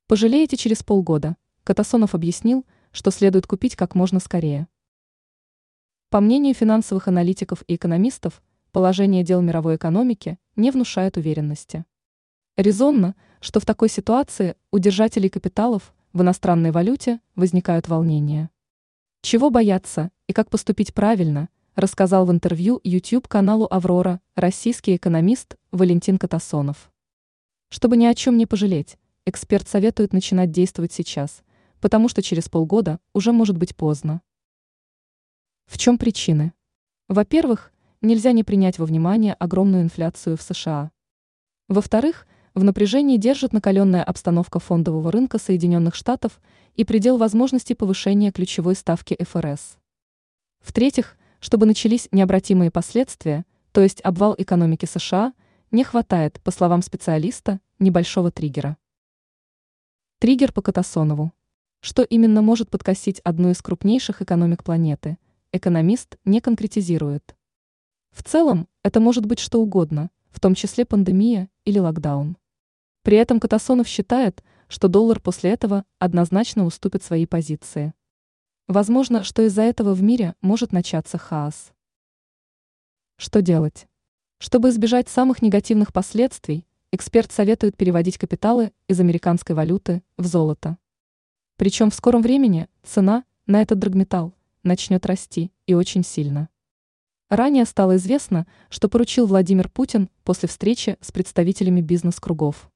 Пожалеете через полгода. Катасонов объяснил, что следует купить как можно скорее. По мнению финансовых аналитиков и экономистов, положение дел мировой экономики не внушает уверенности. Резонно, что в такой ситуации у держателей капиталов в иностранной валюте возникают волнения. Чего бояться и как поступить правильно, рассказал в интервью YouTube-каналу «Аврора» российский экономист Валентин Катасонов. Чтобы ни о чем не пожалеть, эксперт советует начинать действовать сейчас, потому что через полгода уже может быть поздно. В чем причины? Во-первых, нельзя не принять во внимание огромную инфляцию в США. Во-вторых, в напряжении держит накаленная обстановка фондового рынка Соединенных Штатов и предел возможности повышения ключевой ставки ФРС. В-третьих, чтобы начались необратимые последствия, то есть обвал экономики США, не хватает, по словам специалиста, небольшого триггера. Триггер по Катасонову. Что именно может подкосить одну из крупнейших экономик планеты, экономист не конкретизирует. В целом, это может быть что угодно, в том числе пандемия или локдаун. При этом Катасонов считает, что доллар после этого однозначно уступит свои позиции. Возможно, что из-за этого в мире может начаться хаос. Что делать? Чтобы избежать самых негативных последствий, эксперт советует переводить капиталы из американской валюты в золото. Причем в скором времени цена на этот драгметалл начнет расти и очень сильно. Ранее стало известно, что поручил Владимир Путин после встречи с представителями бизнес-кругов.